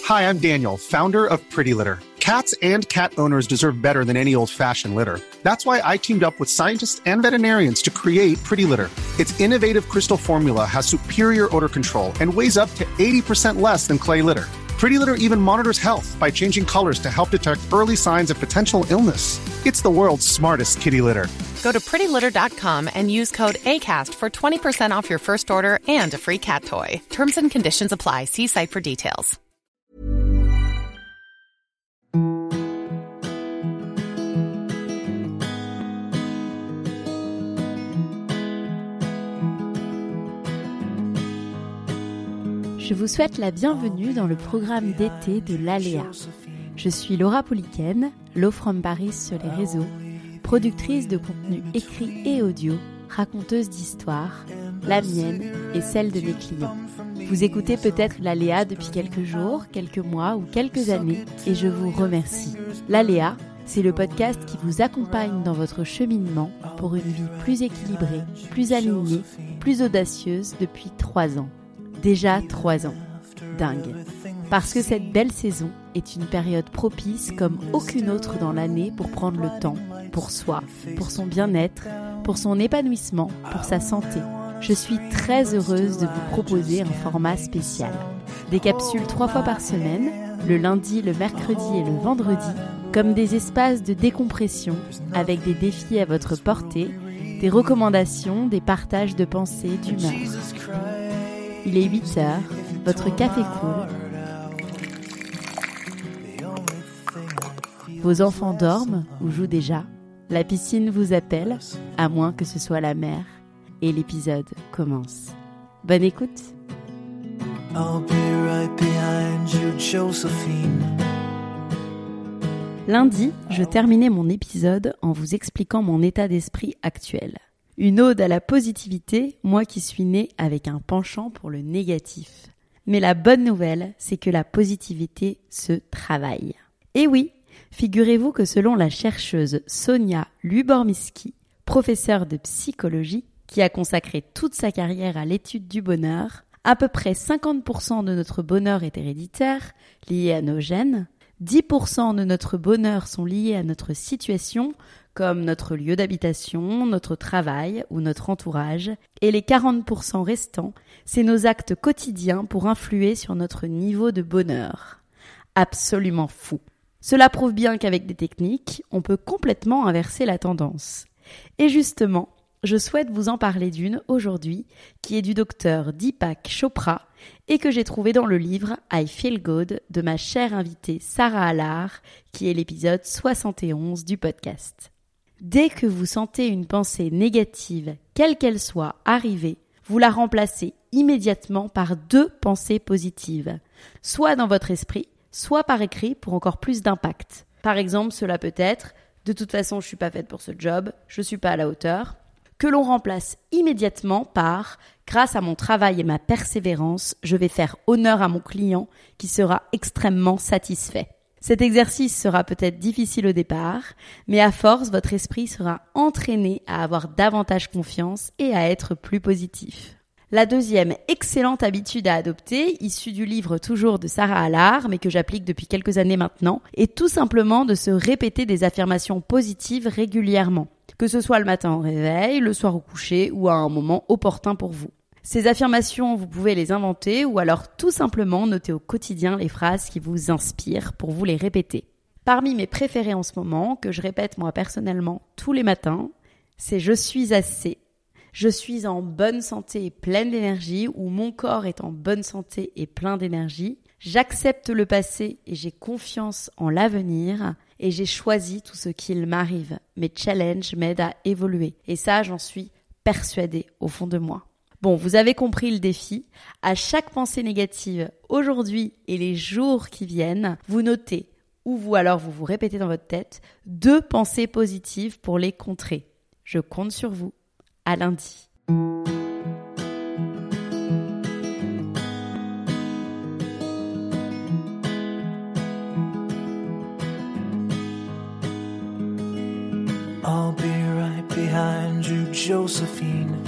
Hi, I'm Daniel, founder of Pretty Litter. Cats and cat owners deserve better than any old-fashioned litter. That's why I teamed up with scientists and veterinarians to create Pretty Litter. Its innovative crystal formula has superior odor control and weighs up to 80% less than clay litter. Pretty Litter even monitors health by changing colors to help detect early signs of potential illness. It's the world's smartest kitty litter. Go to prettylitter.com and use code ACAST for 20% off your first order and a free cat toy. Terms and conditions apply. See site for details. Je vous souhaite la bienvenue dans le programme d'été de l'Aléa. Je suis Laura Pouliken, Lo from Paris sur les réseaux, productrice de contenu écrit et audio, raconteuse d'histoires, la mienne et celle de mes clients. Vous écoutez peut-être l'Aléa depuis quelques jours, quelques mois ou quelques années et je vous remercie. L'Aléa, c'est le podcast qui vous accompagne dans votre cheminement pour une vie plus équilibrée, plus alignée, plus audacieuse depuis 3 ans. Déjà 3 ans. Dingue. Parce que cette belle saison est une période propice comme aucune autre dans l'année pour prendre le temps, pour soi, pour son bien-être, pour son épanouissement, pour sa santé. Je suis très heureuse de vous proposer un format spécial. Des capsules 3 fois par semaine, le lundi, le mercredi et le vendredi, comme des espaces de décompression avec des défis à votre portée, des recommandations, des partages de pensées, d'humeur. Il est 8h, votre café coule. Vos enfants dorment ou jouent déjà. La piscine vous appelle, à moins que ce soit la mer. Et l'épisode commence. Bonne écoute. I'll be right behind you, Josephine. Lundi, je terminais mon épisode en vous expliquant mon état d'esprit actuel. Une ode à la positivité, moi qui suis née avec un penchant pour le négatif. Mais la bonne nouvelle, c'est que la positivité se travaille. Et oui, figurez-vous que selon la chercheuse Sonia Lubomirski, professeure de psychologie, qui a consacré toute sa carrière à l'étude du bonheur, à peu près 50% de notre bonheur est héréditaire, lié à nos gènes, 10% de notre bonheur sont liés à notre situation, comme notre lieu d'habitation, notre travail ou notre entourage, et les 40% restants, c'est nos actes quotidiens pour influer sur notre niveau de bonheur. Absolument fou. Cela prouve bien qu'avec des techniques, on peut complètement inverser la tendance. Et justement, je souhaite vous en parler d'une aujourd'hui, qui est du docteur Deepak Chopra, et que j'ai trouvé dans le livre I Feel Good de ma chère invitée Sarah Allard, qui est l'épisode 71 du podcast. Dès que vous sentez une pensée négative, quelle qu'elle soit, arriver, vous la remplacez immédiatement par 2 pensées positives, soit dans votre esprit, soit par écrit pour encore plus d'impact. Par exemple, cela peut être « de toute façon, je suis pas faite pour ce job, je suis pas à la hauteur », que l'on remplace immédiatement par « grâce à mon travail et ma persévérance, je vais faire honneur à mon client qui sera extrêmement satisfait ». Cet exercice sera peut-être difficile au départ, mais à force, votre esprit sera entraîné à avoir davantage confiance et à être plus positif. La deuxième excellente habitude à adopter, issue du livre toujours de Sarah Allard, mais que j'applique depuis quelques années maintenant, est tout simplement de se répéter des affirmations positives régulièrement, que ce soit le matin au réveil, le soir au coucher ou à un moment opportun pour vous. Ces affirmations, vous pouvez les inventer ou alors tout simplement noter au quotidien les phrases qui vous inspirent pour vous les répéter. Parmi mes préférées en ce moment, que je répète moi personnellement tous les matins, c'est « Je suis assez ». Je suis en bonne santé et pleine d'énergie, ou mon corps est en bonne santé et plein d'énergie. J'accepte le passé et j'ai confiance en l'avenir. Et j'ai choisi tout ce qu'il m'arrive. Mes challenges m'aident à évoluer. Et ça, j'en suis persuadée au fond de moi. Bon, vous avez compris le défi. À chaque pensée négative, aujourd'hui et les jours qui viennent, vous notez, ou vous vous répétez dans votre tête, 2 pensées positives pour les contrer. Je compte sur vous. À lundi. I'll be right behind you, Josephine.